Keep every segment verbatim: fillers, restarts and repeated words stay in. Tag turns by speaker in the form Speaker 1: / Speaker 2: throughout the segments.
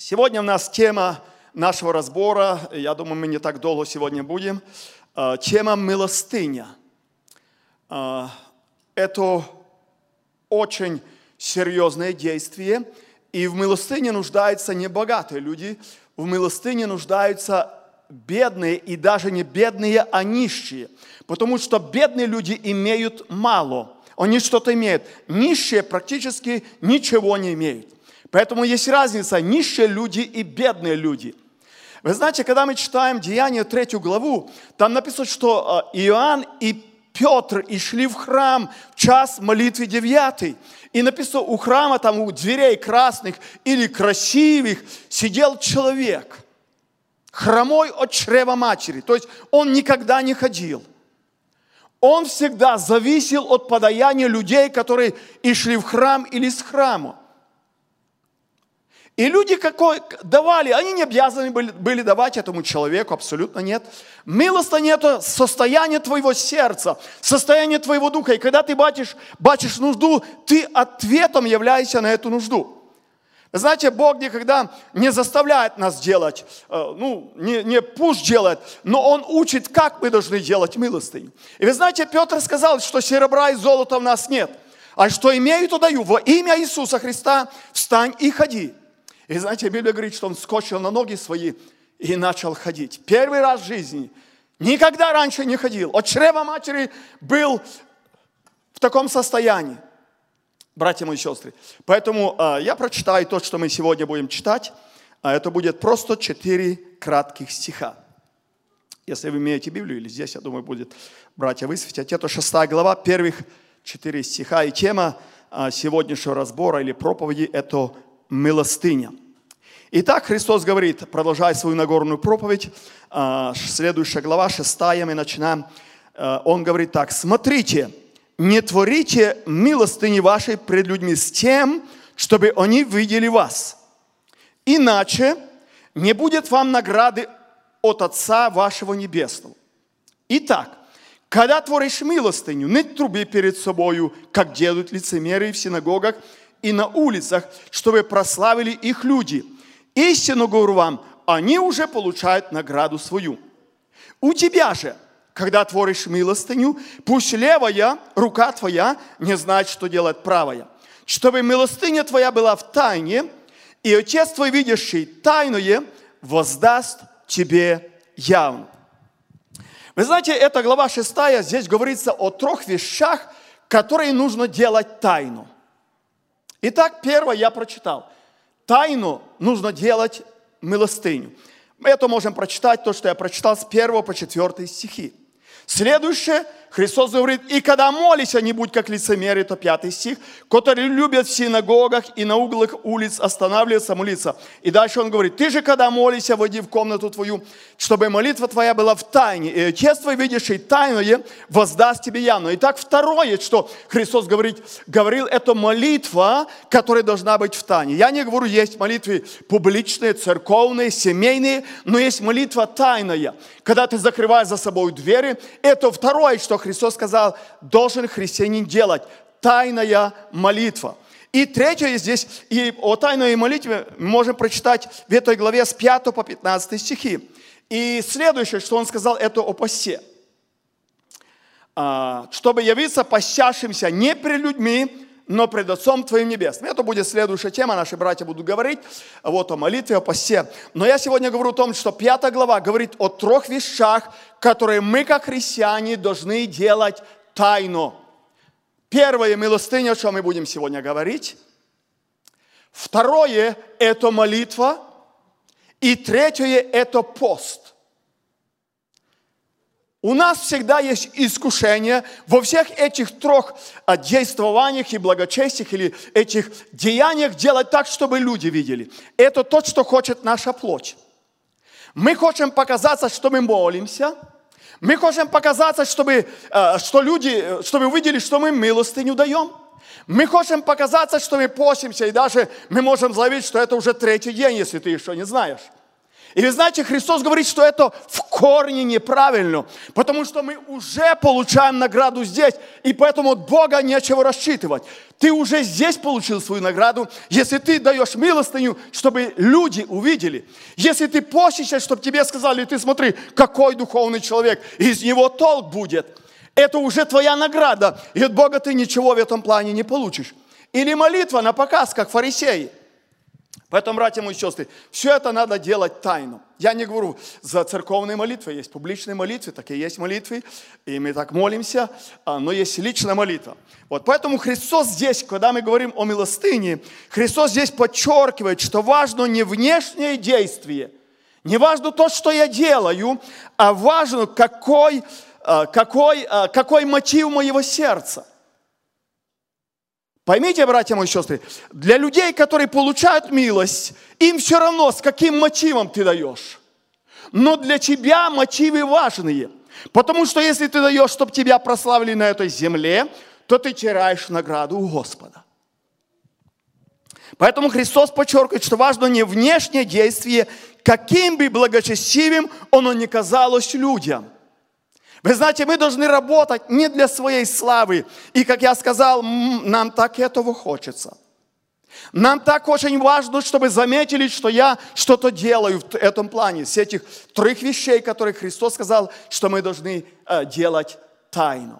Speaker 1: Сегодня у нас тема нашего разбора, я думаю, мы не так долго сегодня будем, тема милостыня. Это очень серьезное действие, и в милостыне нуждаются не богатые люди, в милостыне нуждаются бедные, и даже не бедные, а нищие. Потому что бедные люди имеют мало, они что-то имеют. Нищие практически ничего не имеют. Поэтому есть разница, нищие люди и бедные люди. Вы знаете, когда мы читаем Деяния третью главу, там написано, что Иоанн и Петр и шли в храм в час молитвы девятый. И написано, у храма, там у дверей красных или красивых сидел человек, хромой от чрева матери. То есть он никогда не ходил. Он всегда зависел от подаяния людей, которые и шли в храм или с храма. И люди какой давали, они не обязаны были, были давать этому человеку, абсолютно нет. Милостыня – это состояние твоего сердца, состояние твоего духа. И когда ты бачишь, бачишь нужду, ты ответом являешься на эту нужду. Знаете, Бог никогда не заставляет нас делать, ну, не, не пусть делает, но Он учит, как мы должны делать милостыню. И вы знаете, Петр сказал, что серебра и золота у нас нет, а что имею, то даю. Во имя Иисуса Христа встань и ходи. И знаете, Библия говорит, что он вскочил на ноги свои и начал ходить. Первый раз в жизни. Никогда раньше не ходил. От чрева матери был в таком состоянии. Братья мои и сестры. Поэтому э, я прочитаю то, что мы сегодня будем читать. А это будет просто четыре кратких стиха. Если вы имеете Библию, или здесь, я думаю, будет братья высветить. Это шестая глава, первых четыре стиха. И тема э, сегодняшнего разбора или проповеди – это милостыня. Итак, Христос говорит, продолжая свою Нагорную проповедь, следующая глава, шестая, мы начинаем. Он говорит так: «Смотрите, не творите милостыни вашей пред людьми с тем, чтобы они видели вас. Иначе не будет вам награды от Отца вашего Небесного. Итак, когда творишь милостыню, не труби перед собою, как делают лицемеры в синагогах и на улицах, чтобы прославили их люди. Истинно говорю вам, они уже получают награду свою. У тебя же, когда творишь милостыню, пусть левая рука твоя не знает, что делает правая, чтобы милостыня твоя была в тайне, и Отец твой, видящий тайное, воздаст тебе явно». Вы знаете, эта глава шестая, здесь говорится о трех вещах, которые нужно делать тайну. Итак, первое я прочитал. Тайну нужно делать милостыню. Мы это можем прочитать, то, что я прочитал с первого по четвертый стихи. Следующее, Христос говорит, и когда молись, не будь как лицемеры, это пятый стих, которые любят в синагогах и на углах улиц останавливаться, молиться. И дальше он говорит, ты же, когда молишься, войди в комнату твою, чтобы молитва твоя была в тайне, и Отец твой, видящий тайное, воздаст тебе явно. Итак, второе, что Христос говорит, говорил, это молитва, которая должна быть в тайне. Я не говорю, есть молитвы публичные, церковные, семейные, но есть молитва тайная. Когда ты закрываешь за собой двери, это второе, что Христос сказал, должен христианин делать. Тайная молитва. И третье здесь, и о тайной молитве мы можем прочитать в этой главе с пятого по пятнадцатый стихи. И следующее, что он сказал, это о посте. Чтобы явиться постящимся не пред людьми, но пред Отцом Твоим Небесным. Это будет следующая тема, наши братья будут говорить вот о молитве, о посте. Но я сегодня говорю о том, что пятая глава говорит о трех вещах, которые мы, как христиане, должны делать тайно. Первое – милостыня, о чем мы будем сегодня говорить. Второе – это молитва. И третье – это пост. У нас всегда есть искушение во всех этих трех действованиях и благочестиях или этих деяниях делать так, чтобы люди видели. Это то, что хочет наша плоть. Мы хотим показаться, что мы молимся. Мы хотим показаться, чтобы, что люди, чтобы увидели, что мы милостыню даем. Мы хотим показаться, что мы постимся, и даже мы можем заявить, что это уже третий день, если ты еще не знаешь. И вы знаете, Христос говорит, что это в корне неправильно, потому что мы уже получаем награду здесь, и поэтому от Бога нечего рассчитывать. Ты уже здесь получил свою награду, если ты даешь милостыню, чтобы люди увидели. Если ты постишься, чтобы тебе сказали, ты смотри, какой духовный человек, из него толк будет. Это уже твоя награда, и от Бога ты ничего в этом плане не получишь. Или молитва на показ, как фарисеи. Поэтому, братья мои сестры, все это надо делать тайно. Я не говорю за церковные молитвы, есть публичные молитвы, такие есть молитвы, и мы так молимся, но есть личная молитва. Вот, поэтому Христос здесь, когда мы говорим о милостыне, Христос здесь подчеркивает, что важно не внешнее действие, не важно то, что я делаю, а важно, какой, какой, какой мотив моего сердца. Поймите, братья мои сестры, для людей, которые получают милость, им все равно, с каким мотивом ты даешь. Но для тебя мотивы важные. Потому что если ты даешь, чтобы тебя прославили на этой земле, то ты теряешь награду у Господа. Поэтому Христос подчеркивает, что важно не внешнее действие, каким бы благочестивым оно ни казалось людям. Вы знаете, мы должны работать не для своей славы. И, как я сказал, нам так этого хочется. Нам так очень важно, чтобы заметили, что я что-то делаю в этом плане. С этих трех вещей, которые Христос сказал, что мы должны делать тайну.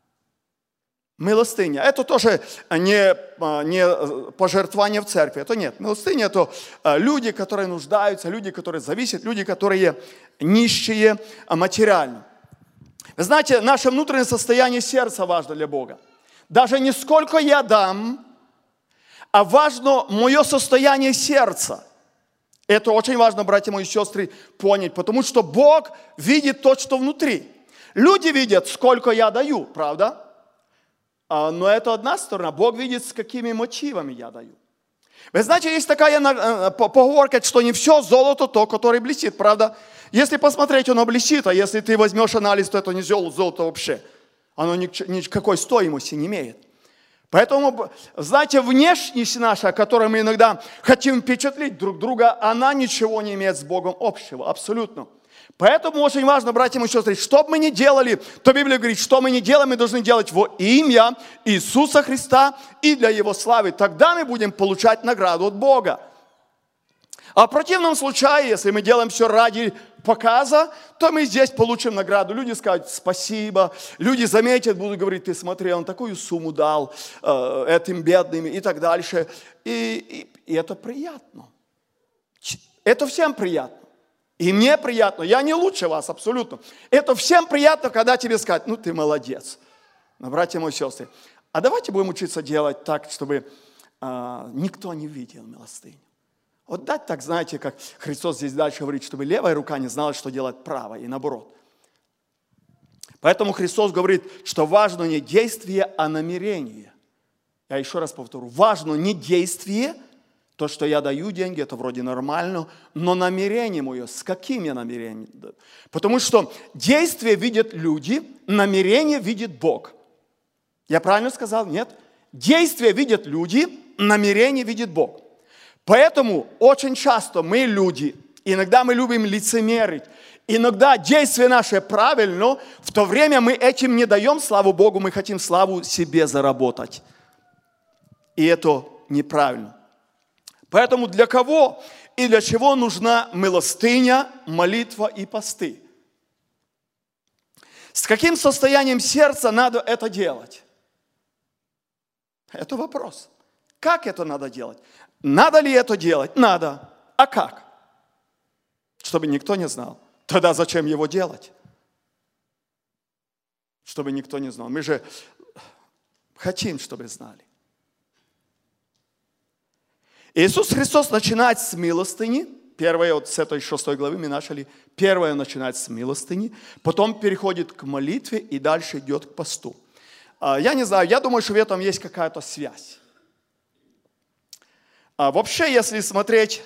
Speaker 1: Милостыня. Это тоже не, не пожертвование в церкви. Это нет. Милостыня – это люди, которые нуждаются, люди, которые зависят, люди, которые нищие материально. Вы знаете, наше внутреннее состояние сердца важно для Бога. Даже не сколько я дам, а важно мое состояние сердца. Это очень важно, братья мои сестры, понять, потому что Бог видит то, что внутри. Люди видят, сколько я даю, правда? Но это одна сторона. Бог видит, с какими мотивами я даю. Вы знаете, есть такая поговорка, что не все золото то, которое блестит, правда? Если посмотреть, оно блестит, а если ты возьмешь анализ, то это не золото вообще. Оно никакой стоимости не имеет. Поэтому, знаете, внешность наша, которой мы иногда хотим впечатлить друг друга, она ничего не имеет с Богом общего, абсолютно. Поэтому очень важно, братья и сестры, что бы мы ни делали, то Библия говорит, что мы ни делаем, мы должны делать во имя Иисуса Христа и для Его славы. Тогда мы будем получать награду от Бога. А в противном случае, если мы делаем все ради показа, то мы здесь получим награду. Люди скажут спасибо, люди заметят, будут говорить, ты смотри, он такую сумму дал э, этим бедным и так дальше. И, и, и это приятно. Это всем приятно. И мне приятно, я не лучше вас абсолютно. Это всем приятно, когда тебе скажут, ну ты молодец. Но, братья мои сестры, а давайте будем учиться делать так, чтобы э, никто не видел милостыню. Вот дать так, знаете, как Христос здесь дальше говорит, чтобы левая рука не знала, что делать правая, и наоборот. Поэтому Христос говорит, что важно не действие, а намерение. Я еще раз повторю, важно не действие, то, что я даю деньги, это вроде нормально, но намерение мое, с каким я намерением? Потому что действие видят люди, намерение видит Бог. Я правильно сказал? Нет? Действие видят люди, намерение видит Бог. Поэтому очень часто мы люди, иногда мы любим лицемерить, иногда действие наше правильно, в то время мы этим не даем славу Богу, мы хотим славу себе заработать. И это неправильно. Поэтому для кого и для чего нужна милостыня, молитва и посты? С каким состоянием сердца надо это делать? Это вопрос. Как это надо делать? Надо ли это делать? Надо. А как? Чтобы никто не знал. Тогда зачем его делать? Чтобы никто не знал. Мы же хотим, чтобы знали. Иисус Христос начинает с милостыни. Первое, вот с этой шестой главы мы начали. Первое начинает с милостыни. Потом переходит к молитве и дальше идет к посту. Я не знаю, я думаю, что в этом есть какая-то связь. Вообще, если смотреть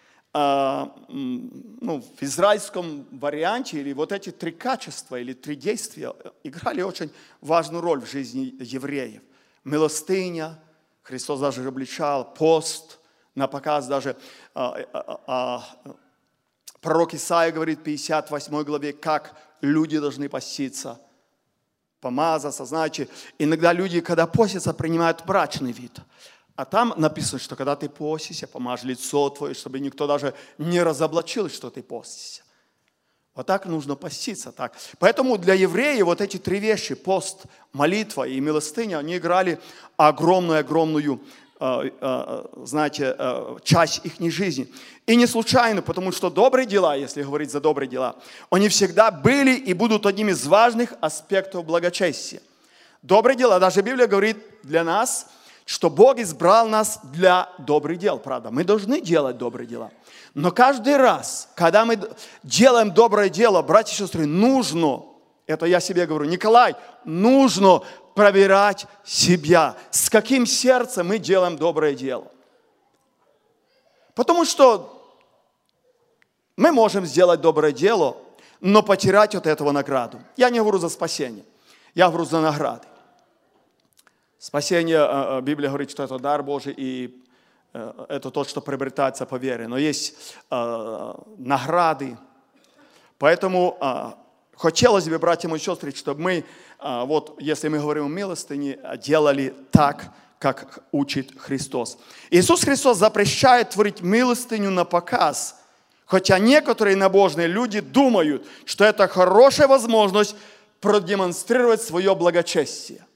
Speaker 1: ну, в израильском варианте, или вот эти три качества, или три действия играли очень важную роль в жизни евреев. Милостыня, Христос даже обличал, пост, на показ даже а, а, а, Пророк Исаия говорит в пятьдесят восьмой главе, как люди должны поститься, помазаться. Знаете, иногда люди, когда постятся, принимают мрачный вид. А там написано, что когда ты постишься, помажь лицо твое, чтобы никто даже не разоблачил, что ты постишься. Вот так нужно поститься. Так. Поэтому для евреев вот эти три вещи, пост, молитва и милостыня, они играли огромную-огромную, знаете, часть их жизни. И не случайно, потому что добрые дела, если говорить за добрые дела, они всегда были и будут одним из важных аспектов благочестия. Добрые дела, даже Библия говорит для нас, что Бог избрал нас для добрых дел, правда. Мы должны делать добрые дела. Но каждый раз, когда мы делаем доброе дело, братья и сестры, нужно, это я себе говорю, Николай, нужно проверять себя, с каким сердцем мы делаем доброе дело. Потому что мы можем сделать доброе дело, но потерять от этого награду. Я не говорю за спасение, я говорю за награды. Спасение, Библия говорит, что это дар Божий, и это то, что приобретается по вере. Но есть награды. Поэтому хотелось бы, братья и сестры, чтобы мы, вот если мы говорим о милостыне, делали так, как учит Христос. Иисус Христос запрещает творить милостыню на показ, хотя некоторые набожные люди думают, что это хорошая возможность продемонстрировать свое благочестие.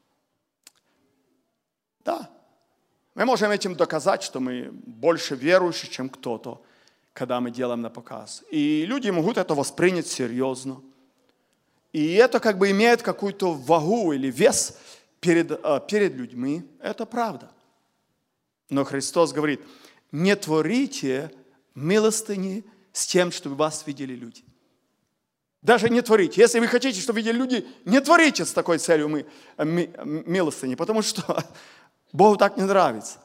Speaker 1: Да, мы можем этим доказать, что мы больше верующие, чем кто-то, когда мы делаем на показ. И люди могут это воспринять серьезно. И это как бы имеет какую-то вагу или вес перед, перед людьми. Это правда. Но Христос говорит, не творите милостыни с тем, чтобы вас видели люди. Даже не творите. Если вы хотите, чтобы видели люди, не творите с такой целью мы, ми, милостыни, потому что Богу так не нравится.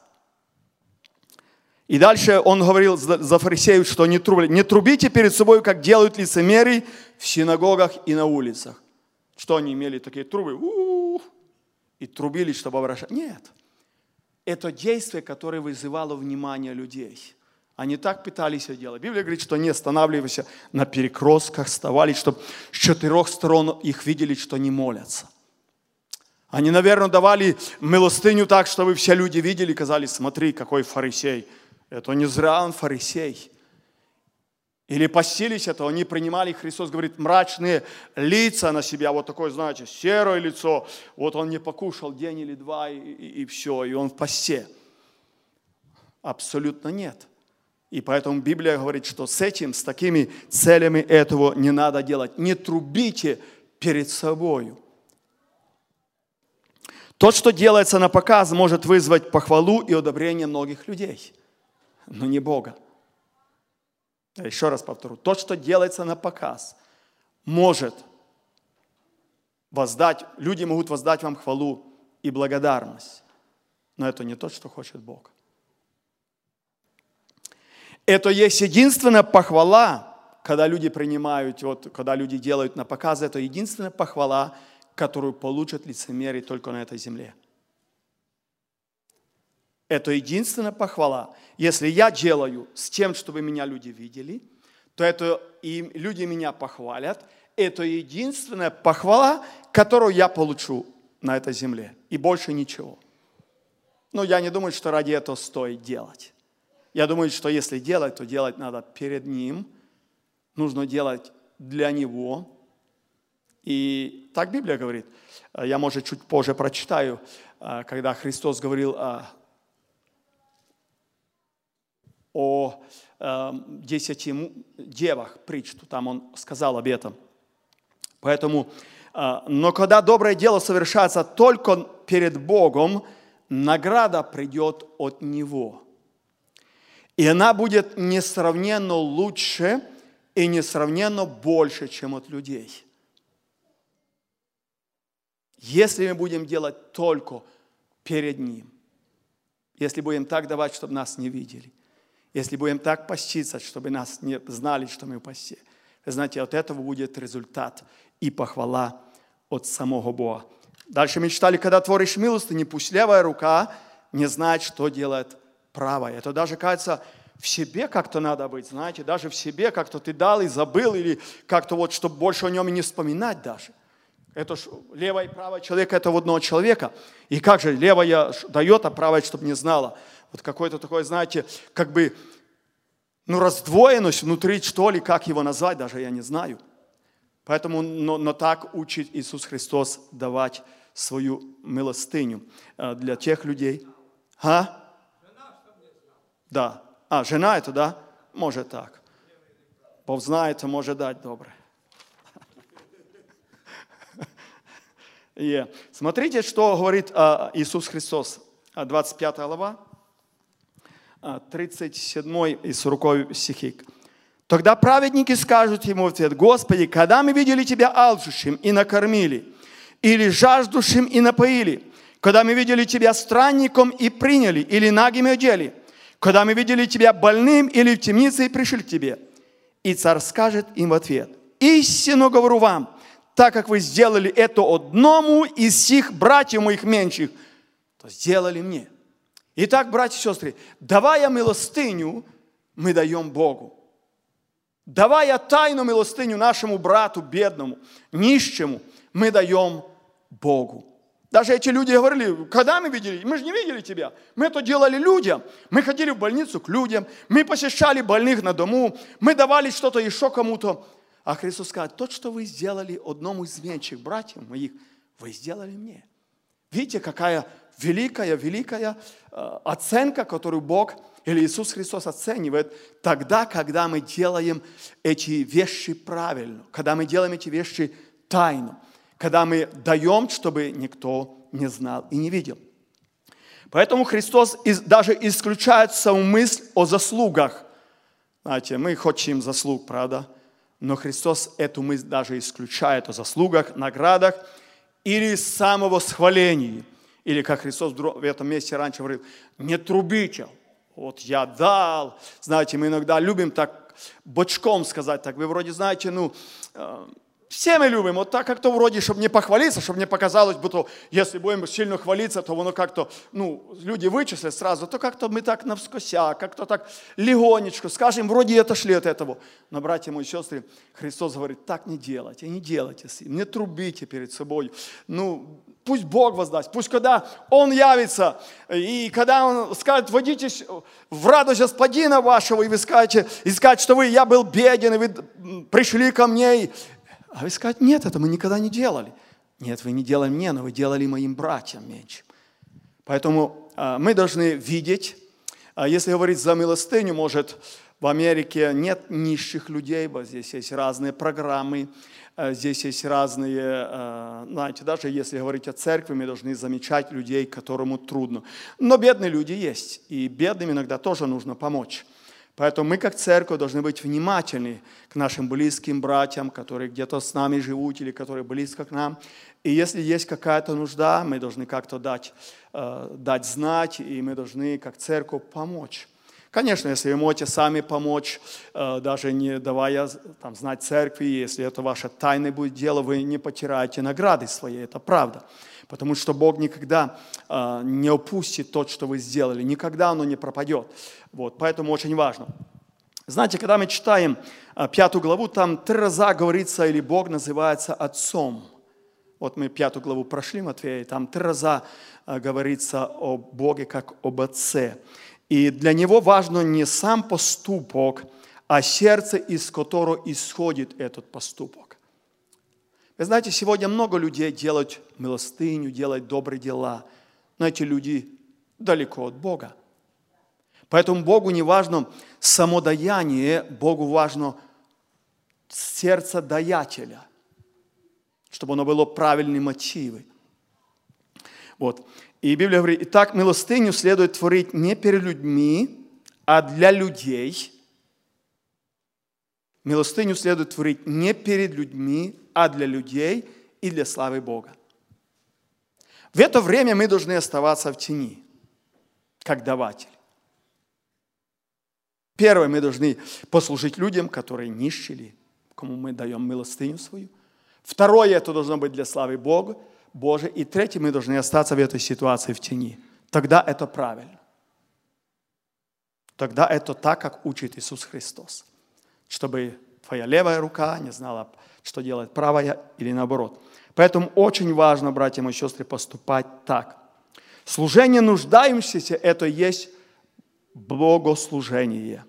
Speaker 1: И дальше он говорил за фарисеев, что не трубили. Не трубите перед собой, как делают лицемеры в синагогах и на улицах. Что они имели такие трубы? У-у-у, и трубили, чтобы обращать. Нет. Это действие, которое вызывало внимание людей. Они так пытались это делать. Библия говорит, что они останавливались на перекрестках, вставали, чтобы с четырех сторон их видели, что они молятся. Они, наверное, давали милостыню так, чтобы все люди видели и казали, смотри, какой фарисей. Это не зря он фарисей. Или постились это, они принимали, Христос говорит, мрачные лица на себя, вот такое, знаете, серое лицо. Вот он не покушал день или два, и, и, и все, и он в посте. Абсолютно нет. И поэтому Библия говорит, что с этим, с такими целями этого не надо делать. Не трубите перед собою. То, что делается на показ, может вызвать похвалу и одобрение многих людей, но не Бога. Я еще раз повторю. То, что делается на показ, может воздать, люди могут воздать вам хвалу и благодарность, но это не то, что хочет Бог. Это есть единственная похвала, когда люди принимают, вот, когда люди делают на показ, это единственная похвала, которую получат лицемеры только на этой земле. Это единственная похвала. Если я делаю с тем, чтобы меня люди видели, то это и люди меня похвалят. Это единственная похвала, которую я получу на этой земле. И больше ничего. Но я не думаю, что ради этого стоит делать. Я думаю, что если делать, то делать надо перед Ним. Нужно делать для Него. И так Библия говорит. Я, может, чуть позже прочитаю, когда Христос говорил о, о десяти девах притчу. Там Он сказал об этом. Поэтому, но когда доброе дело совершается только перед Богом, награда придет от Него. И она будет несравненно лучше и несравненно больше, чем от людей. Если мы будем делать только перед Ним, если будем так давать, чтобы нас не видели, если будем так поститься, чтобы нас не знали, что мы в посте, вы знаете, от этого будет результат и похвала от самого Бога. Дальше мы читали, когда творишь милостыню, пусть левая рука не знает, что делает правая. Это даже, кажется, в себе как-то надо быть, знаете, даже в себе как-то ты дал и забыл, или как-то вот, чтобы больше о нем и не вспоминать даже. Это ж левое и правое человека, это в одного человека. И как же левое дает, а правое, чтобы не знало. Вот какой-то такой, знаете, как бы, ну, раздвоенность внутри, что ли, как его назвать, даже я не знаю. Поэтому, но, но так учит Иисус Христос давать свою милостыню для тех людей. А? Да. А, жена это, да? Может так. Бог знает, а может дать добре. Yeah. Смотрите, что говорит а, Иисус Христос. двадцать пятая глава, тридцать седьмой и сороковой стихи. «Тогда праведники скажут ему в ответ: Господи, когда мы видели Тебя алчущим и накормили, или жаждущим и напоили, когда мы видели Тебя странником и приняли, или нагим и одели, когда мы видели Тебя больным или в темнице и пришли к Тебе». И царь скажет им в ответ: «Истинно говорю вам, так как вы сделали это одному из сих братьев моих меньших, то сделали мне». Итак, братья и сестры, давая милостыню, мы даем Богу. Давая тайну милостыню нашему брату бедному, нищему, мы даем Богу. Даже эти люди говорили: когда мы видели? Мы же не видели тебя. Мы это делали людям. Мы ходили в больницу к людям. Мы посещали больных на дому. Мы давали что-то еще кому-то. А Христос сказал: то, что вы сделали одному из меньших братьев моих, вы сделали мне. Видите, какая великая, великая э, оценка, которую Бог или Иисус Христос оценивает тогда, когда мы делаем эти вещи правильно, когда мы делаем эти вещи тайно, когда мы даем, чтобы никто не знал и не видел. Поэтому Христос из, даже исключает саму мысль о заслугах. Знаете, мы хотим заслуг, правда? Но Христос эту мысль даже исключает о заслугах, наградах или самовосхвалении. Или, как Христос в этом месте раньше говорил: не трубите, вот я дал. Знаете, мы иногда любим так бочком сказать, так вы вроде знаете, ну, э, все мы любим, вот так как-то вроде, чтобы не похвалиться, чтобы не показалось, будто если будем сильно хвалиться, то оно как-то, ну, люди вычислят сразу, то как-то мы так навскося, как-то так легонечко скажем, вроде отошли от этого. Но, братья мои сестры, Христос говорит: так не делайте, не делайте, не трубите перед собой. Ну, пусть Бог воздаст, пусть когда Он явится, и когда Он скажет: водитесь в радость Господина вашего, и вы скажете, и скажете, что вы, я был беден, и вы пришли ко мне, и... А вы скажете: нет, это мы никогда не делали. Нет, вы не делали мне, но вы делали моим братьям меньше. Поэтому а, мы должны видеть, а, если говорить за милостыню, может, в Америке нет нищих людей, вот здесь есть разные программы, а, здесь есть разные, а, знаете, даже если говорить о церкви, мы должны замечать людей, которому трудно. Но бедные люди есть, и бедным иногда тоже нужно помочь. Поэтому мы, как церковь, должны быть внимательны к нашим близким братьям, которые где-то с нами живут или которые близко к нам. И если есть какая-то нужда, мы должны как-то дать, э, дать знать, и мы должны, как церковь, помочь. Конечно, если вы можете сами помочь, э, даже не давая там, знать церкви, если это ваше тайное будет дело, вы не потеряете награды свои, это правда. Потому что Бог никогда э, не упустит то, что вы сделали. Никогда оно не пропадет. Вот, поэтому очень важно. Знаете, когда мы читаем э, пятую главу, там три раза говорится, или Бог называется Отцом. Вот мы пятую главу прошли, Матфея, и там три раза э, говорится о Боге как об Отце. И для Него важно не сам поступок, а сердце, из которого исходит этот поступок. Вы знаете, сегодня много людей делают милостыню, делают добрые дела, но эти люди далеко от Бога. Поэтому Богу не важно само даяние, Богу важно сердце даятеля, чтобы оно было правильные мотивы. Вот. И Библия говорит: итак, милостыню следует творить не перед людьми, а для людей. Милостыню следует творить не перед людьми, а для людей и для славы Бога. В это время мы должны оставаться в тени, как даватели. Первое, мы должны послужить людям, которые нищие, кому мы даем милостыню свою. Второе, это должно быть для славы Бога, Божьей. И третье, мы должны остаться в этой ситуации в тени. Тогда это правильно. тогда это так, как учит Иисус Христос. Чтобы твоя левая рука не знала, что делает правая или наоборот. Поэтому очень важно, братья и сестры, поступать так. Служение нуждающимся – это и есть богослужение.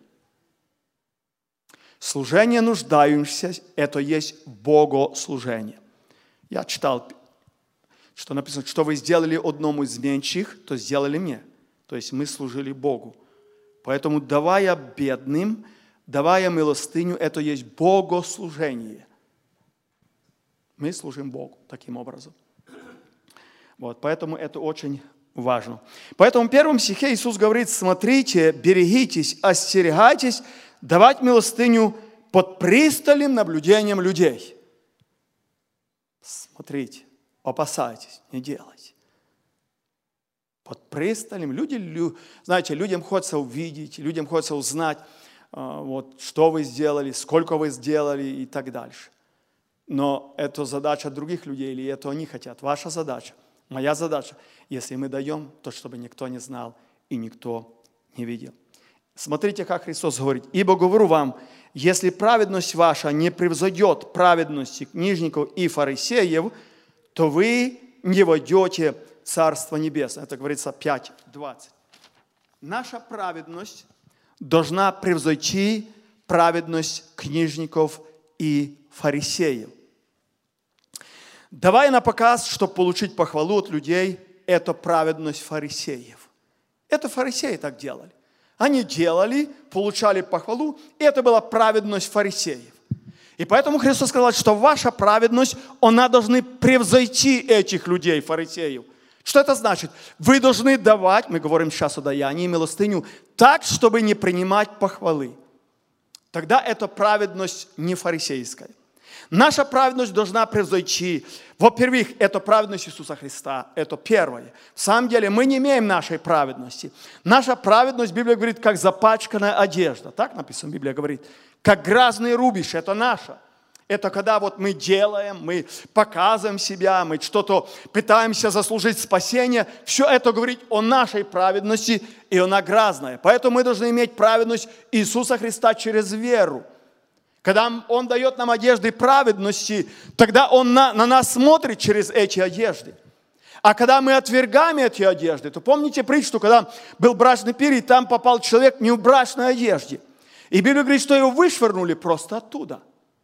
Speaker 1: Служение нуждающимся – это и есть богослужение. Я читал, что написано, что вы сделали одному из меньших, то сделали мне. То есть мы служили Богу. Поэтому давая бедным, давая милостыню, это и есть богослужение. Мы служим Богу таким образом. Вот, поэтому это очень важно. Поэтому в первом стихе Иисус говорит: смотрите, берегитесь, остерегайтесь давать милостыню под пристальным наблюдением людей. Смотрите, опасайтесь, не делайте. Под пристальным. Люди, знаете, людям хочется увидеть, людям хочется узнать, вот, что вы сделали, сколько вы сделали и так дальше. Но это задача других людей, или это они хотят. Ваша задача, моя задача, если мы даем, то чтобы никто не знал и никто не видел. Смотрите, как Христос говорит: «Ибо говорю вам, если праведность ваша не превзойдет праведности книжников и фарисеев, то вы не войдете в Царство Небесное». Это говорится пять двадцать. Наша праведность должна превзойти праведность книжников и фарисеев. Давая на показ, чтобы получить похвалу от людей, это праведность фарисеев. Это фарисеи так делали. Они делали, получали похвалу, и это была праведность фарисеев. И поэтому Христос сказал, что ваша праведность, она должна превзойти этих людей, фарисеев. Что это значит? Вы должны давать, мы говорим сейчас о даянии, милостыню, так, чтобы не принимать похвалы. Тогда это праведность не фарисейская. Наша праведность должна превзойти. Во-первых, это праведность Иисуса Христа. Это первое. В самом деле мы не имеем нашей праведности. Наша праведность, Библия говорит, как запачканная одежда. Так написано, Библия говорит. Как грязный рубеж. Это наша. Это когда вот мы делаем, мы показываем себя, мы что-то пытаемся заслужить спасение. Все это говорит о нашей праведности, и она грязная. Поэтому мы должны иметь праведность Иисуса Христа через веру. Когда Он дает нам одежды праведности, тогда Он на, на нас смотрит через эти одежды. А когда мы отвергаем эти одежды, то помните притчу, когда был брачный пир, и там попал человек не в брачной одежде. И Библия говорит, что его вышвырнули просто оттуда.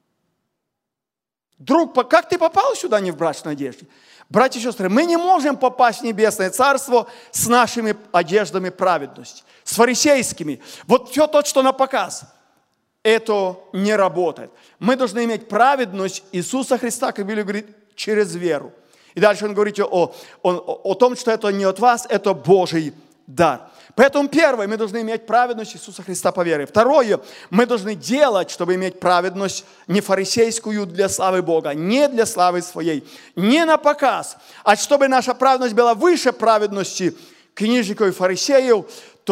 Speaker 1: Друг, как ты попал сюда не в брачной одежде? Братья и сестры, мы не можем попасть в небесное царство с нашими одеждами праведности, с фарисейскими. Вот все то, что на показ. Это не работает. Мы должны иметь праведность Иисуса Христа, как Библия говорит, через веру. И дальше он говорит о, о, о том, что это не от вас, это Божий дар. Поэтому первое, мы должны иметь праведность Иисуса Христа по вере. Второе, мы должны делать, чтобы иметь праведность не фарисейскую для славы Бога, не для славы своей, не на показ, а чтобы наша праведность была выше праведности книжников и фарисеев,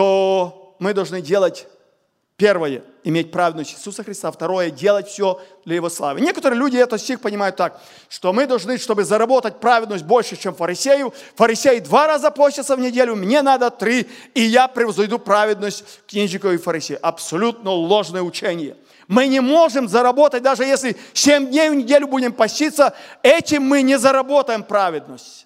Speaker 1: то мы должны делать первое, иметь праведность Иисуса Христа. Второе, делать все для Его славы. Некоторые люди этот стих понимают так, что мы должны, чтобы заработать праведность больше, чем фарисею. Фарисеи два раза постятся в неделю, мне надо три, и я превзойду праведность книжников и фарисеев. Абсолютно ложное учение. Мы не можем заработать, даже если семь дней в неделю будем поститься, этим мы не заработаем праведность.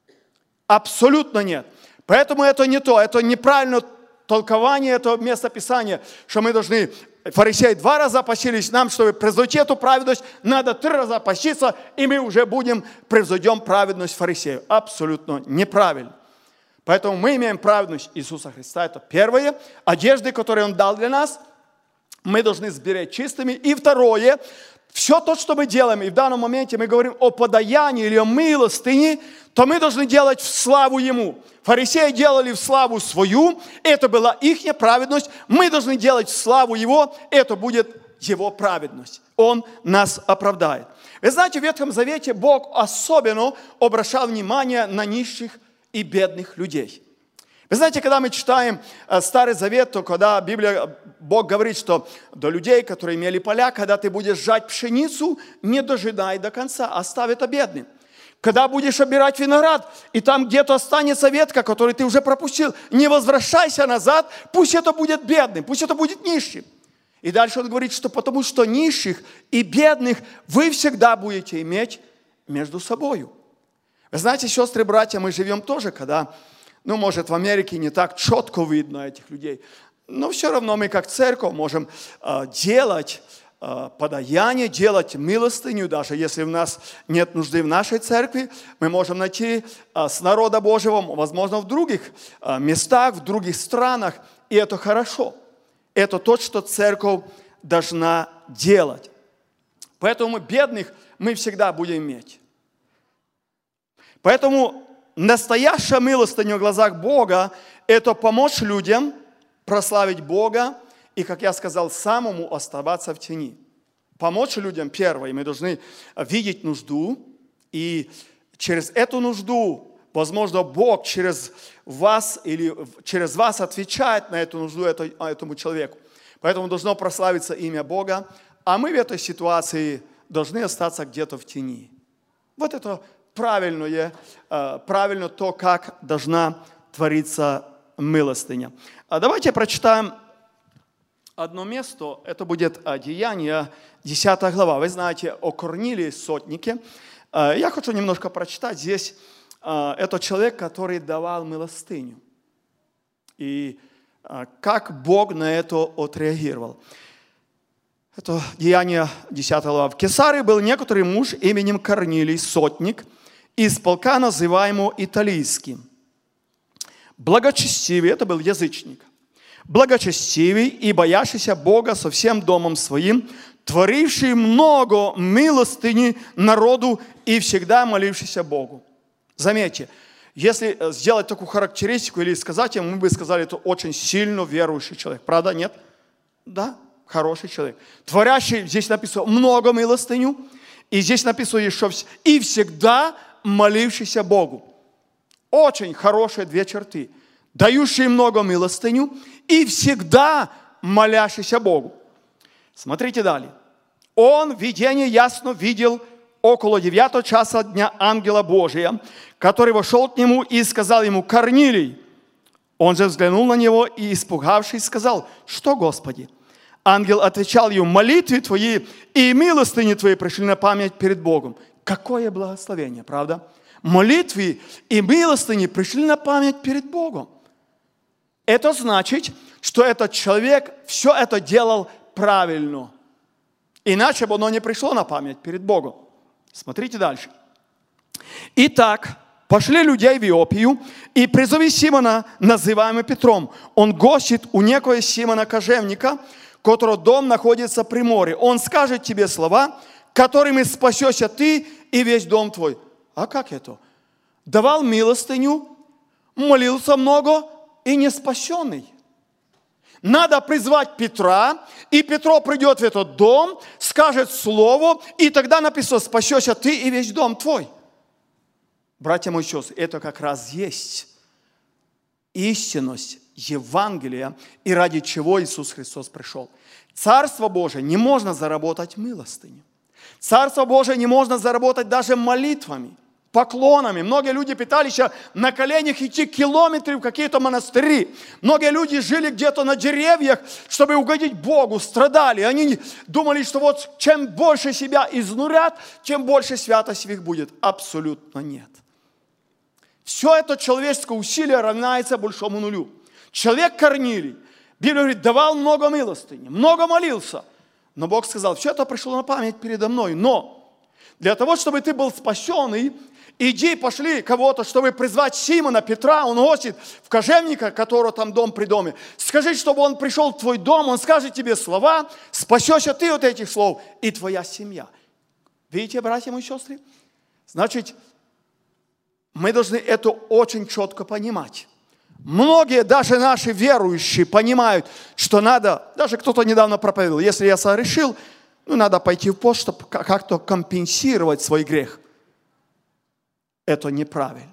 Speaker 1: Абсолютно нет. Поэтому это не то, это неправильно толкование этого места Писания, что мы должны, фарисеи два раза постились, нам, чтобы превзойти эту праведность, надо три раза поститься, и мы уже будем, превзойдем праведность фарисеев. Абсолютно неправильно. Поэтому мы имеем праведность Иисуса Христа, это первое. Одежды, которые Он дал для нас, мы должны сберечь чистыми. И второе, все то, что мы делаем, и в данном моменте мы говорим о подаянии или о милостыне, то мы должны делать в славу Ему. Фарисеи делали в славу свою, это была их праведность. Мы должны делать в славу Его, это будет Его праведность. Он нас оправдает. Вы знаете, в Ветхом Завете Бог особенно обращал внимание на нищих и бедных людей. Вы знаете, когда мы читаем Старый Завет, то когда Библия, Бог говорит, что до людей, которые имели поля, когда ты будешь жать пшеницу, не дожидай до конца, оставь это бедным. Когда будешь обирать виноград, и там где-то останется ветка, которую ты уже пропустил, не возвращайся назад, пусть это будет бедным, пусть это будет нищим. И дальше он говорит, что потому что нищих и бедных вы всегда будете иметь между собою. Вы знаете, сестры и братья, мы живем тоже, когда, ну, может, в Америке не так четко видно этих людей, но все равно мы как церковь можем э, делать э, подаяние, делать милостыню, даже если у нас нет нужды в нашей церкви, мы можем найти э, с народа Божьего, возможно, в других э, местах, в других странах, и это хорошо. Это то, что церковь должна делать. Поэтому бедных мы всегда будем иметь. Поэтому настоящая милостыня в глазах Бога – это помочь людям прославить Бога и, как я сказал, самому оставаться в тени. Помочь людям, первое, мы должны видеть нужду, и через эту нужду, возможно, Бог через вас или через вас отвечает на эту нужду этому человеку. Поэтому должно прославиться имя Бога, а мы в этой ситуации должны остаться где-то в тени. Вот это правильное, правильно то, как должна твориться милостыня. А давайте прочитаем одно место, это будет Деяния, десятая глава. Вы знаете о Корнилии, сотнике. Я хочу немножко прочитать здесь. Это человек, который давал милостыню. И как Бог на это отреагировал. Это Деяния десятая глава. В Кесарии был некоторый муж именем Корнилий, сотник, из полка, называемого Италийским. Благочестивый, это был язычник. Благочестивый и боящийся Бога со всем домом своим, творивший много милостыни народу и всегда молившийся Богу. Заметьте, если сделать такую характеристику или сказать им, мы бы сказали, это очень сильно верующий человек. Правда, нет? Да, хороший человек. Творящий, здесь написано, много милостыню. И здесь написано еще, и всегда молившийся Богу. Очень хорошие две черты. Дающий много милостыню и всегда молящийся Богу. Смотрите далее. Он в видении ясно видел около девятого часа дня ангела Божия, который вошел к нему и сказал ему: Корнилий. Он же взглянул на него и, испугавшись, сказал: что, Господи? Ангел отвечал ему: молитвы твои и милостыни твои пришли на память перед Богом. Какое благословение, правда? Молитвы и милостыни пришли на память перед Богом. Это значит, что этот человек все это делал правильно. Иначе бы оно не пришло на память перед Богом. Смотрите дальше. Итак, пошли людей в Иопию и призови Симона, называемый Петром. Он гостит у некоего Симона кожевника, которого дом находится при море. Он скажет тебе слова, которыми спасешься ты и весь дом твой. А как это? Давал милостыню, молился много и не спасенный. Надо призвать Петра, и Петро придет в этот дом, скажет слово, и тогда написано: спасешься ты и весь дом твой. Братья мои и сестры, это как раз есть истинность Евангелия, и ради чего Иисус Христос пришел. Царство Божие не можно заработать милостыню. Царство Божие не можно заработать даже молитвами, поклонами. Многие люди пытались на коленях идти километры в какие-то монастыри. Многие люди жили где-то на деревьях, чтобы угодить Богу, страдали. Они думали, что вот чем больше себя изнурят, тем больше святость в них будет. Абсолютно нет. Все это человеческое усилие равняется большому нулю. Человек Корнилий, Библия говорит, давал много милостыни, много молился. Но Бог сказал: все это пришло на память передо мной. Но для того, чтобы ты был спасенный, иди, пошли кого-то, чтобы призвать Симона, Петра, он гостит в кожевника, которого там дом при доме. Скажи, чтобы он пришел в твой дом, он скажет тебе слова, спасешься ты от этих слов и твоя семья. Видите, братья мои и сестры? Значит, мы должны это очень четко понимать. Многие, даже наши верующие, понимают, что надо, даже кто-то недавно проповедовал, если я согрешил, ну, надо пойти в пост, чтобы как-то компенсировать свой грех. Это неправильно.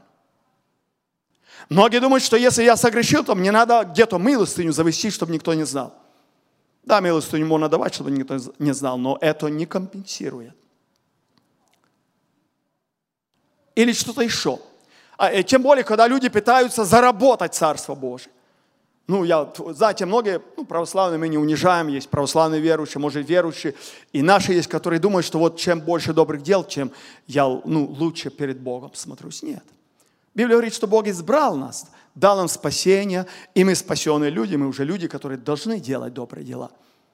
Speaker 1: Многие думают, что если я согрешил, то мне надо где-то милостыню завести, чтобы никто не знал. Да, милостыню можно давать, чтобы никто не знал, но это не компенсирует. или что-то еще. А тем более, когда люди пытаются заработать Царство Божие. Ну, я, знаете, многие, ну, православные мы не унижаем, есть православные верующие, может, верующие, и наши есть, которые думают, что вот чем больше добрых дел, чем я, ну, лучше перед Богом смотрюсь. Нет. Библия говорит, что Бог избрал нас, дал нам спасение, и мы спасенные люди, мы уже люди, которые должны делать добрые дела.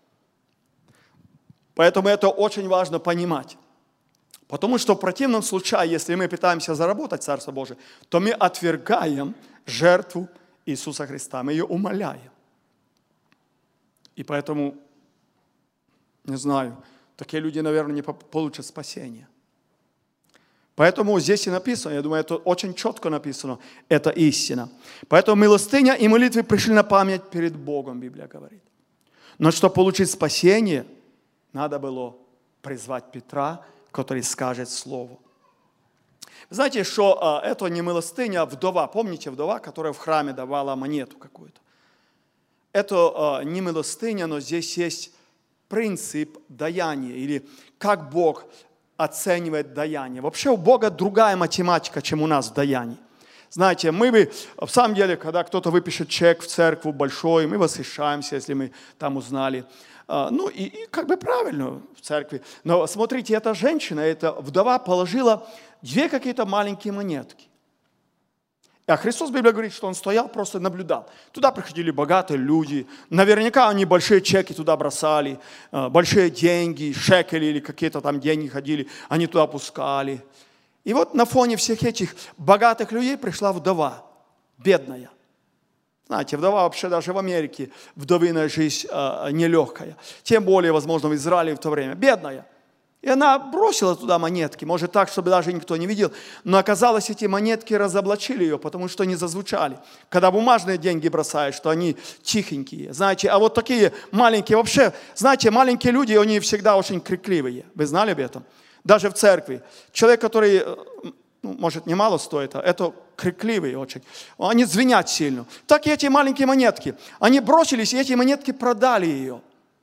Speaker 1: Поэтому это очень важно понимать. Потому что в противном случае, если мы пытаемся заработать Царство Божие, то мы отвергаем жертву Иисуса Христа, мы ее умаляем. И поэтому, не знаю, такие люди, наверное, не получат спасения. Поэтому здесь и написано, я думаю, это очень четко написано, это истина. Поэтому милостыня и молитвы пришли на память перед Богом, Библия говорит. Но чтобы получить спасение, надо было призвать Петра, который скажет слово. Знаете, что а, это не милостыня, а вдова. Помните вдова, которая в храме давала монету какую-то? Это а, не милостыня, но здесь есть принцип даяния, или как Бог оценивает даяние. Вообще у Бога другая математика, чем у нас в даянии. Знаете, мы бы, в самом деле, когда кто-то выпишет чек в церковь большой, мы восхищаемся, если мы там узнали. Ну и, и как бы правильно в церкви. Но смотрите, эта женщина, эта вдова положила две какие-то маленькие монетки. А Христос в Библии говорит, что Он стоял, просто наблюдал. Туда приходили богатые люди. Наверняка они большие чеки туда бросали, большие деньги, шекели или какие-то там деньги ходили, они туда пускали. И вот на фоне всех этих богатых людей пришла вдова, бедная. Знаете, вдова вообще даже в Америке, вдовиная жизнь э, нелегкая. Тем более, возможно, в Израиле в то время. Бедная. И она бросила туда монетки, может так, чтобы даже никто не видел. Но оказалось, эти монетки разоблачили ее, потому что не зазвучали. Когда бумажные деньги бросаешь, что они тихенькие. Знаете, а вот такие маленькие, вообще, знаете, маленькие люди, они всегда очень крикливые. Вы знали об этом? Даже в церкви. Человек, который, ну, может, немало стоит, а это крикливые очень. Они звенят сильно. Так и эти маленькие монетки. Они бросились, и эти монетки продали ее.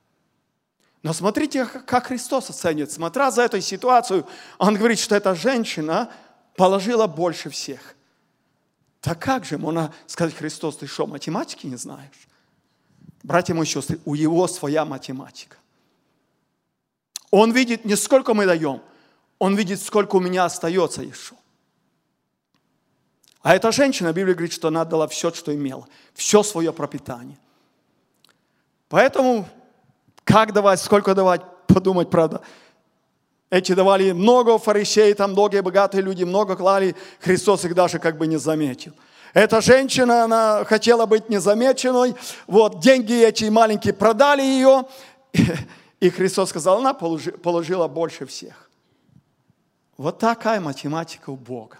Speaker 1: Но смотрите, как Христос оценит. Смотря за эту ситуацию, Он говорит, что эта женщина положила больше всех. Так как же можно сказать, Христос, ты что, математики не знаешь? Братья мои сестры, у Его своя математика. Он видит не сколько мы даем, Он видит, сколько у меня остается еще. А эта женщина, Библия говорит, что она отдала все, что имела, все свое пропитание. Поэтому, как давать, сколько давать, подумать, правда. Эти давали много фарисеев, там многие богатые люди, много клали, Христос их даже как бы не заметил. Эта женщина, она хотела быть незамеченной, вот, деньги эти маленькие продали ее, и Христос сказал, она положила больше всех. Вот такая математика у Бога.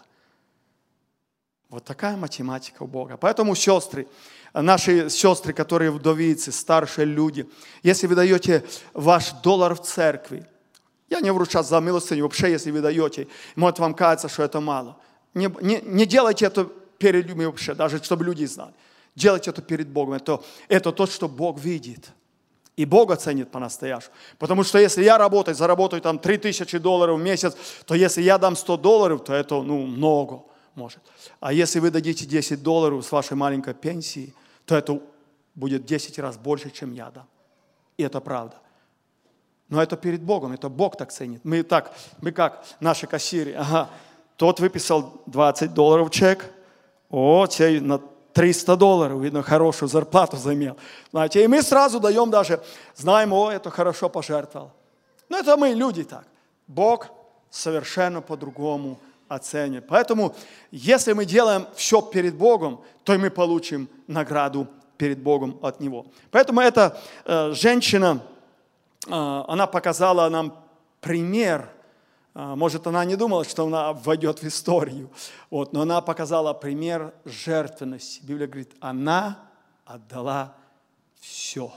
Speaker 1: Вот такая математика у Бога. Поэтому, сестры, наши сестры, которые вдовицы, старшие люди, если вы даете ваш доллар в церкви, я не говорю сейчас за милостыню, вообще, если вы даете, может вам кажется, что это мало. Не, не, не делайте это перед людьми вообще, даже чтобы люди знали. Делайте это перед Богом. Это, это то, что Бог видит. И Бог оценит по-настоящему. Потому что если я работаю, заработаю там три тысячи долларов в месяц, то если я дам сто долларов, то это ну, много может. А если вы дадите десять долларов с вашей маленькой пенсии, то это будет десять раз больше, чем я дам. И это правда. Но это перед Богом, это Бог так ценит. Мы так, мы как наши кассиры. Ага, тот выписал двадцать долларов чек, о, тебе на триста долларов, видно, хорошую зарплату заимел. Знаете, и мы сразу даем даже, знаем, о, это хорошо пожертвовал. Но это мы, люди так. Бог совершенно по-другому оценит. Поэтому, если мы делаем все перед Богом, то и мы получим награду перед Богом от Него. Поэтому эта э, женщина, э, она показала нам пример. Э, может, она не думала, что она войдет в историю, вот, но она показала пример жертвенности. Библия говорит, она отдала все.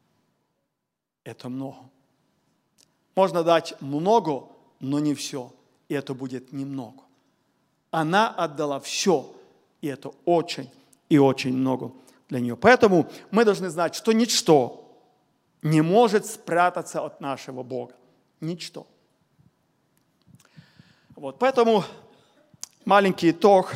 Speaker 1: Это много. Можно дать много, но не все. И это будет немного. Она отдала все, и это очень и очень много для нее. Поэтому мы должны знать, что ничто не может спрятаться от нашего Бога. Ничто. Вот, поэтому маленький итог.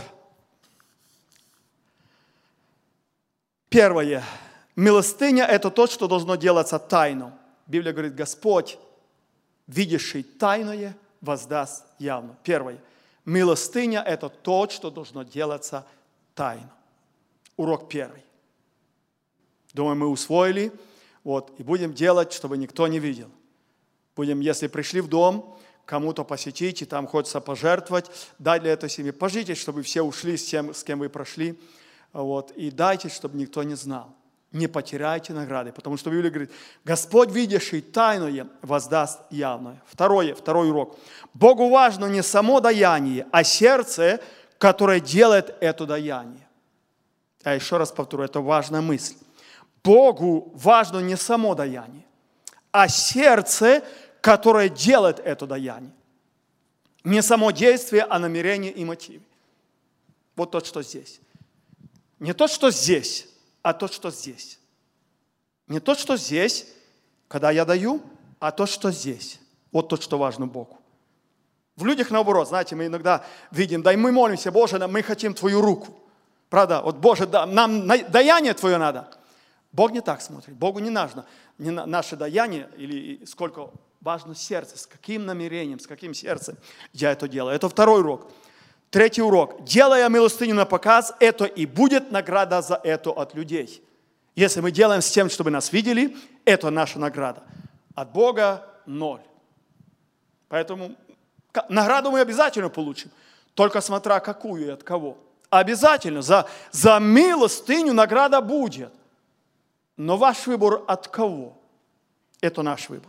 Speaker 1: Первое. Милостыня – это то, что должно делаться тайно. Библия говорит, Господь, видящий тайное, воздаст явно. Первое. Милостыня – это то, что должно делаться тайно. Урок первый. Думаю, мы усвоили. Вот, и будем делать, чтобы никто не видел. Будем, если пришли в дом, кому-то посетить, и там хочется пожертвовать, дать для этой семьи. Пожите, чтобы все ушли с тем, с кем вы прошли. Вот, и дайте, чтобы никто не знал. Не потеряйте награды, потому что Библия говорит, Господь, видящий тайное, воздаст явное. Второе, второй урок. Богу важно не само даяние, а сердце, которое делает это даяние. Я еще раз повторю, это важная мысль. Богу важно не само даяние, а сердце, которое делает это даяние. Не само действие, а намерение и мотивы. Вот то, что здесь. Не то, что здесь, а то, что здесь. Не то, что здесь, когда я даю, а то, что здесь. Вот то, что важно Богу. В людях наоборот, знаете, мы иногда видим, да и мы молимся, Боже, мы хотим Твою руку. Правда? Вот, Боже, да, нам даяние Твое надо. Бог не так смотрит. Богу не нужно не наше даяние, или сколько важно сердце, с каким намерением, с каким сердцем я это делаю. Это второй урок. Третий урок. Делая милостыню на показ, это и будет награда за это от людей. Если мы делаем с тем, чтобы нас видели, это наша награда. От Бога ноль. Поэтому награду мы обязательно получим, только смотря какую и от кого. Обязательно. За, за милостыню награда будет. Но ваш выбор от кого? Это наш выбор.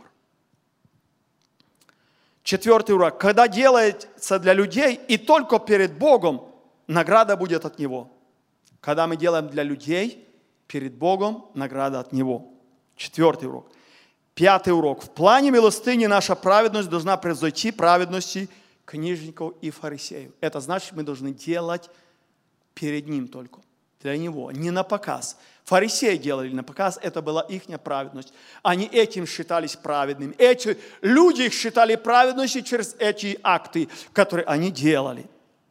Speaker 1: Четвертый урок. Когда делается для людей и только перед Богом, награда будет от Него. Когда мы делаем для людей, перед Богом, награда от Него. Четвертый урок. Пятый урок. В плане милостыни наша праведность должна превзойти праведности книжников и фарисеев. Это значит, мы должны делать перед Ним только. Для Него, не на показ. Фарисеи делали на показ, это была их праведность. Они этим считались праведными. Эти люди их считали праведностью через эти акты, которые они делали.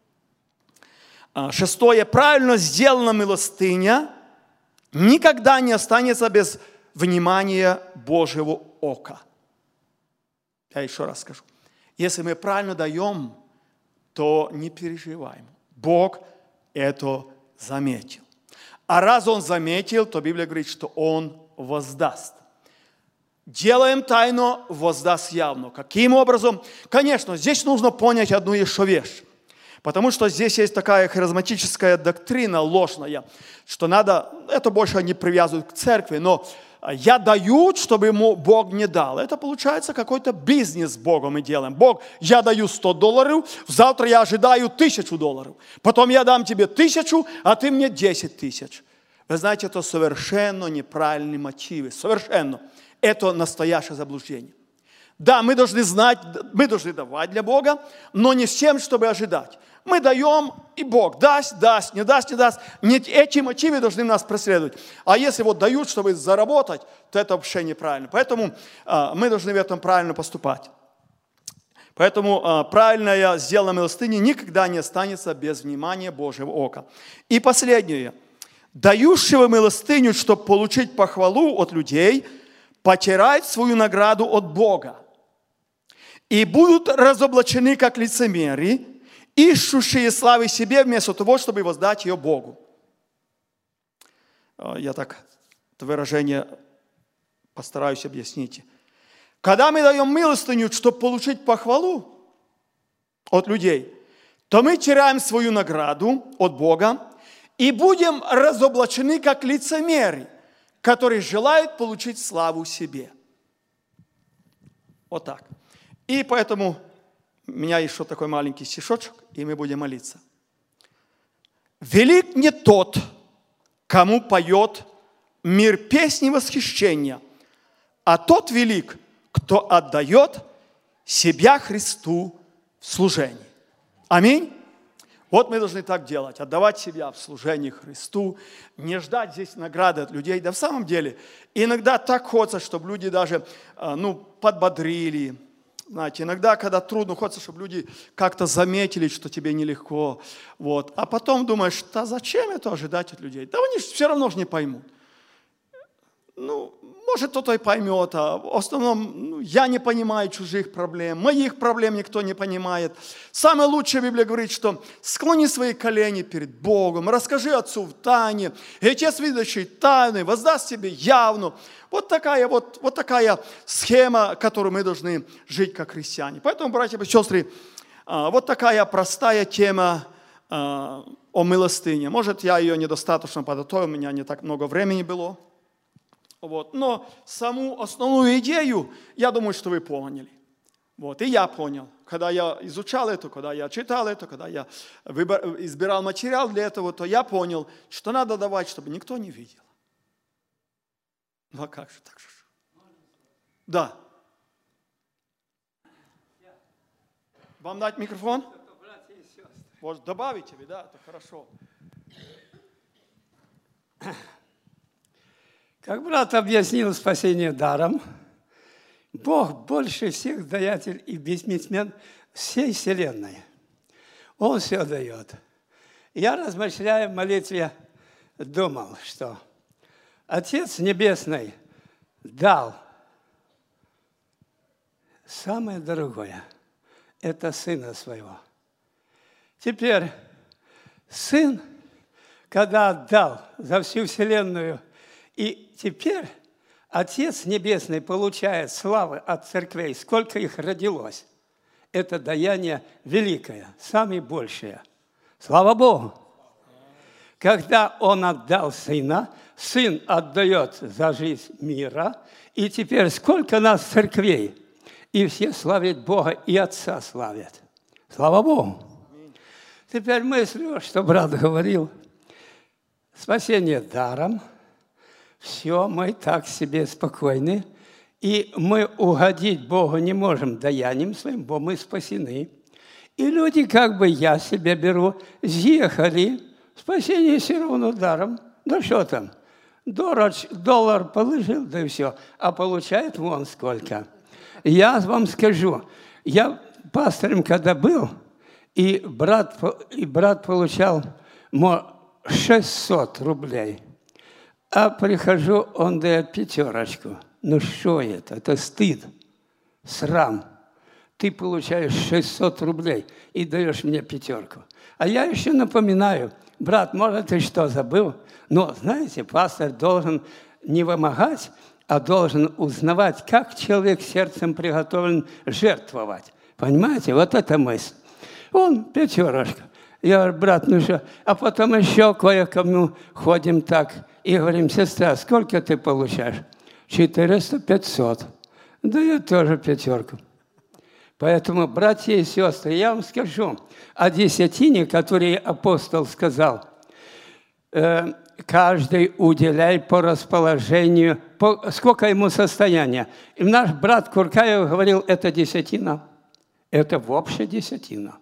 Speaker 1: Шестое. Правильно сделана милостыня никогда не останется без внимания Божьего ока. Я еще раз скажу. Если мы правильно даем, то не переживаем. Бог это заметил. А раз Он заметил, то Библия говорит, что Он воздаст. Делаем тайно, воздаст явно. Каким образом? Конечно, здесь нужно понять одну еще вещь. Потому что здесь есть такая харизматическая доктрина ложная, что надо, это больше они привязывают к церкви, но я даю, чтобы ему Бог не дал. Это получается какой-то бизнес с Богом мы делаем. Бог, я даю сто долларов, завтра я ожидаю тысячу долларов. Потом я дам тебе тысячу, а ты мне десять тысяч. Вы знаете, это совершенно неправильные мотивы. Совершенно. Это настоящее заблуждение. Да, мы должны знать, мы должны давать для Бога, но не с тем, чтобы ожидать. Мы даем, и Бог даст, даст, не даст, не даст. Не эти мотивы должны нас преследовать. А если вот дают, чтобы заработать, то это вообще неправильно. Поэтому а, мы должны в этом правильно поступать. Поэтому а, правильная сделанная милостыня никогда не останется без внимания Божьего ока. И последнее. Дающего милостыню, чтобы получить похвалу от людей, потеряет свою награду от Бога. И будут разоблачены, как лицемеры, ищущие славы себе, вместо того, чтобы воздать ее Богу. Я так это выражение постараюсь объяснить. Когда мы даем милостыню, чтобы получить похвалу от людей, то мы теряем свою награду от Бога и будем разоблачены, как лицемеры, которые желают получить славу себе. Вот так. И поэтому у меня еще такой маленький стишочек, и мы будем молиться. Велик не тот, кому поет мир песни восхищения, а тот велик, кто отдает себя Христу в служении. Аминь. Вот мы должны так делать, отдавать себя в служении Христу, не ждать здесь награды от людей. Да в самом деле, иногда так хочется, чтобы люди даже ну, подбодрили, Знаете, иногда, когда трудно, хочется, чтобы люди как-то заметили, что тебе нелегко. Вот. А потом думаешь, да зачем это ожидать от людей? Да они все равно же не поймут. Ну, может, кто-то и поймет, а в основном ну, я не понимаю чужих проблем, моих проблем никто не понимает. Самое лучшее Библия говорит, что склони свои колени перед Богом, расскажи Отцу в тайне, и Отец, видящий тайны, воздаст тебе явно. Вот такая, вот, вот такая схема, которую мы должны жить как христиане. Поэтому, братья и сестры, вот такая простая тема о милостыне. Может, я ее недостаточно подготовил, у меня не так много времени было. Вот. Но саму основную идею, я думаю, что вы поняли. Вот. И я понял. Когда я изучал это, когда я читал это, когда я выбор, избирал материал для этого, то я понял, что надо давать, чтобы никто не видел. Ну а как же так же? Да. Вам дать микрофон? Может, добавить тебе, да? Это хорошо.
Speaker 2: Как брат объяснил спасение даром, Бог больше всех даятель и бизнесмен всей вселенной. Он все дает. Я, размышляя в молитве, думал, что Отец Небесный дал самое дорогое – это Сына Своего. Теперь Сын, когда отдал за всю вселенную, и теперь Отец Небесный получает славы от церквей, сколько их родилось. Это даяние великое, самое большее. Слава Богу! Когда Он отдал Сына, Сын отдает за жизнь мира, и теперь сколько нас церквей, и все славят Бога, и Отца славят. Слава Богу! Теперь мыслю, что брат говорил, спасение даром, все, мы так себе спокойны, и мы угодить Богу не можем даянием своим, бо мы спасены. И люди, как бы я себе беру, съехали, спасение все равно даром. Да что там, доллар, доллар положил, да и все, а получает вон сколько. Я вам скажу, я пастором когда был, и брат, и брат получал шестьсот рублей. А прихожу, он дает пятерочку. Ну что это? Это стыд, срам. Ты получаешь шестьсот рублей и даешь мне пятерку. А я еще напоминаю, брат, может, ты что, забыл? Но, знаете, пастор должен не вымогать, а должен узнавать, как человек сердцем приготовлен жертвовать. Понимаете? Вот эта мысль. Он пятерочка. Я говорю, брат, ну что? А потом еще кое-кому ходим так и говорим, сестра, сколько ты получаешь? четыреста пятьсот. Да я тоже пятерку. Поэтому, братья и сестры, я вам скажу о десятине, который апостол сказал. Э, каждый уделяй по расположению, по, сколько ему состояния. И наш брат Куркаев говорил, это десятина. Это в общей десятина.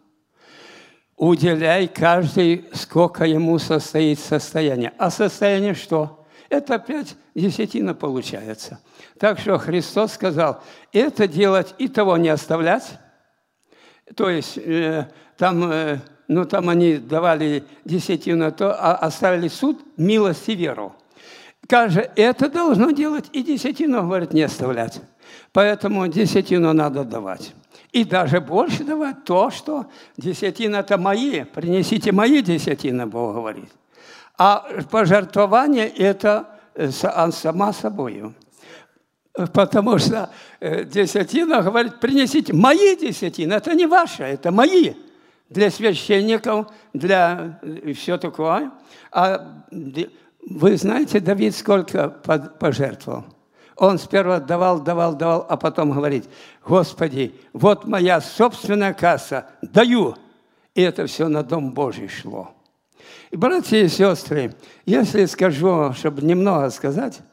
Speaker 2: Уделяй каждый, сколько ему состоит состояние. А состояние что? Это опять десятина получается. Так что Христос сказал, это делать и того не оставлять. То есть э, там, э, ну, там они давали десятину, то а оставили суд, милость и веру. Каже, это должно делать и десятину, говорит, не оставлять. Поэтому десятину надо давать. И даже больше давать то, что десятина – это мои, принесите мои десятины, Бог говорит. А пожертвование – это сама собою. Потому что десятина говорит, принесите мои десятины, это не ваши, это мои. Для священников, для и все такое. А вы знаете, Давид сколько пожертвовал? Он сперва давал, давал, давал, а потом говорит, Господи, вот моя собственная касса, даю. И это все на Дом Божий шло. И, братья и сестры, если скажу, чтобы немного сказать,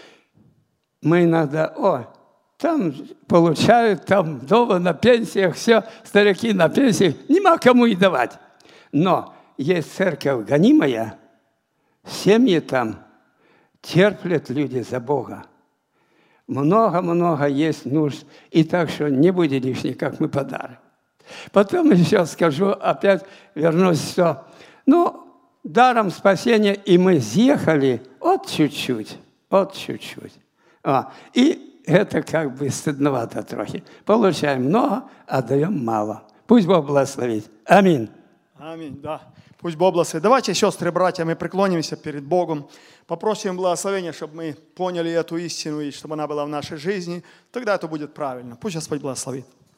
Speaker 2: мы иногда, о, там получают, там дома на пенсиях, все, старики на пенсиях, нема кому и давать. Но есть церковь гонимая, семьи там терплят люди за Бога. много-много есть нужд. И так что не будет лишней, как мы подарок. Потом еще скажу, опять вернусь, что, ну, даром спасения, и мы съехали от чуть-чуть, от чуть-чуть. А, и это как бы стыдновато трохи. Получаем много, а даем мало. Пусть Бог благословит. Аминь.
Speaker 1: Аминь, да. Пусть Бог благословит. Давайте, сестры и братья, мы преклонимся перед Богом, попросим благословения, чтобы мы поняли эту истину и чтобы она была в нашей жизни. Тогда это будет правильно. Пусть Господь благословит.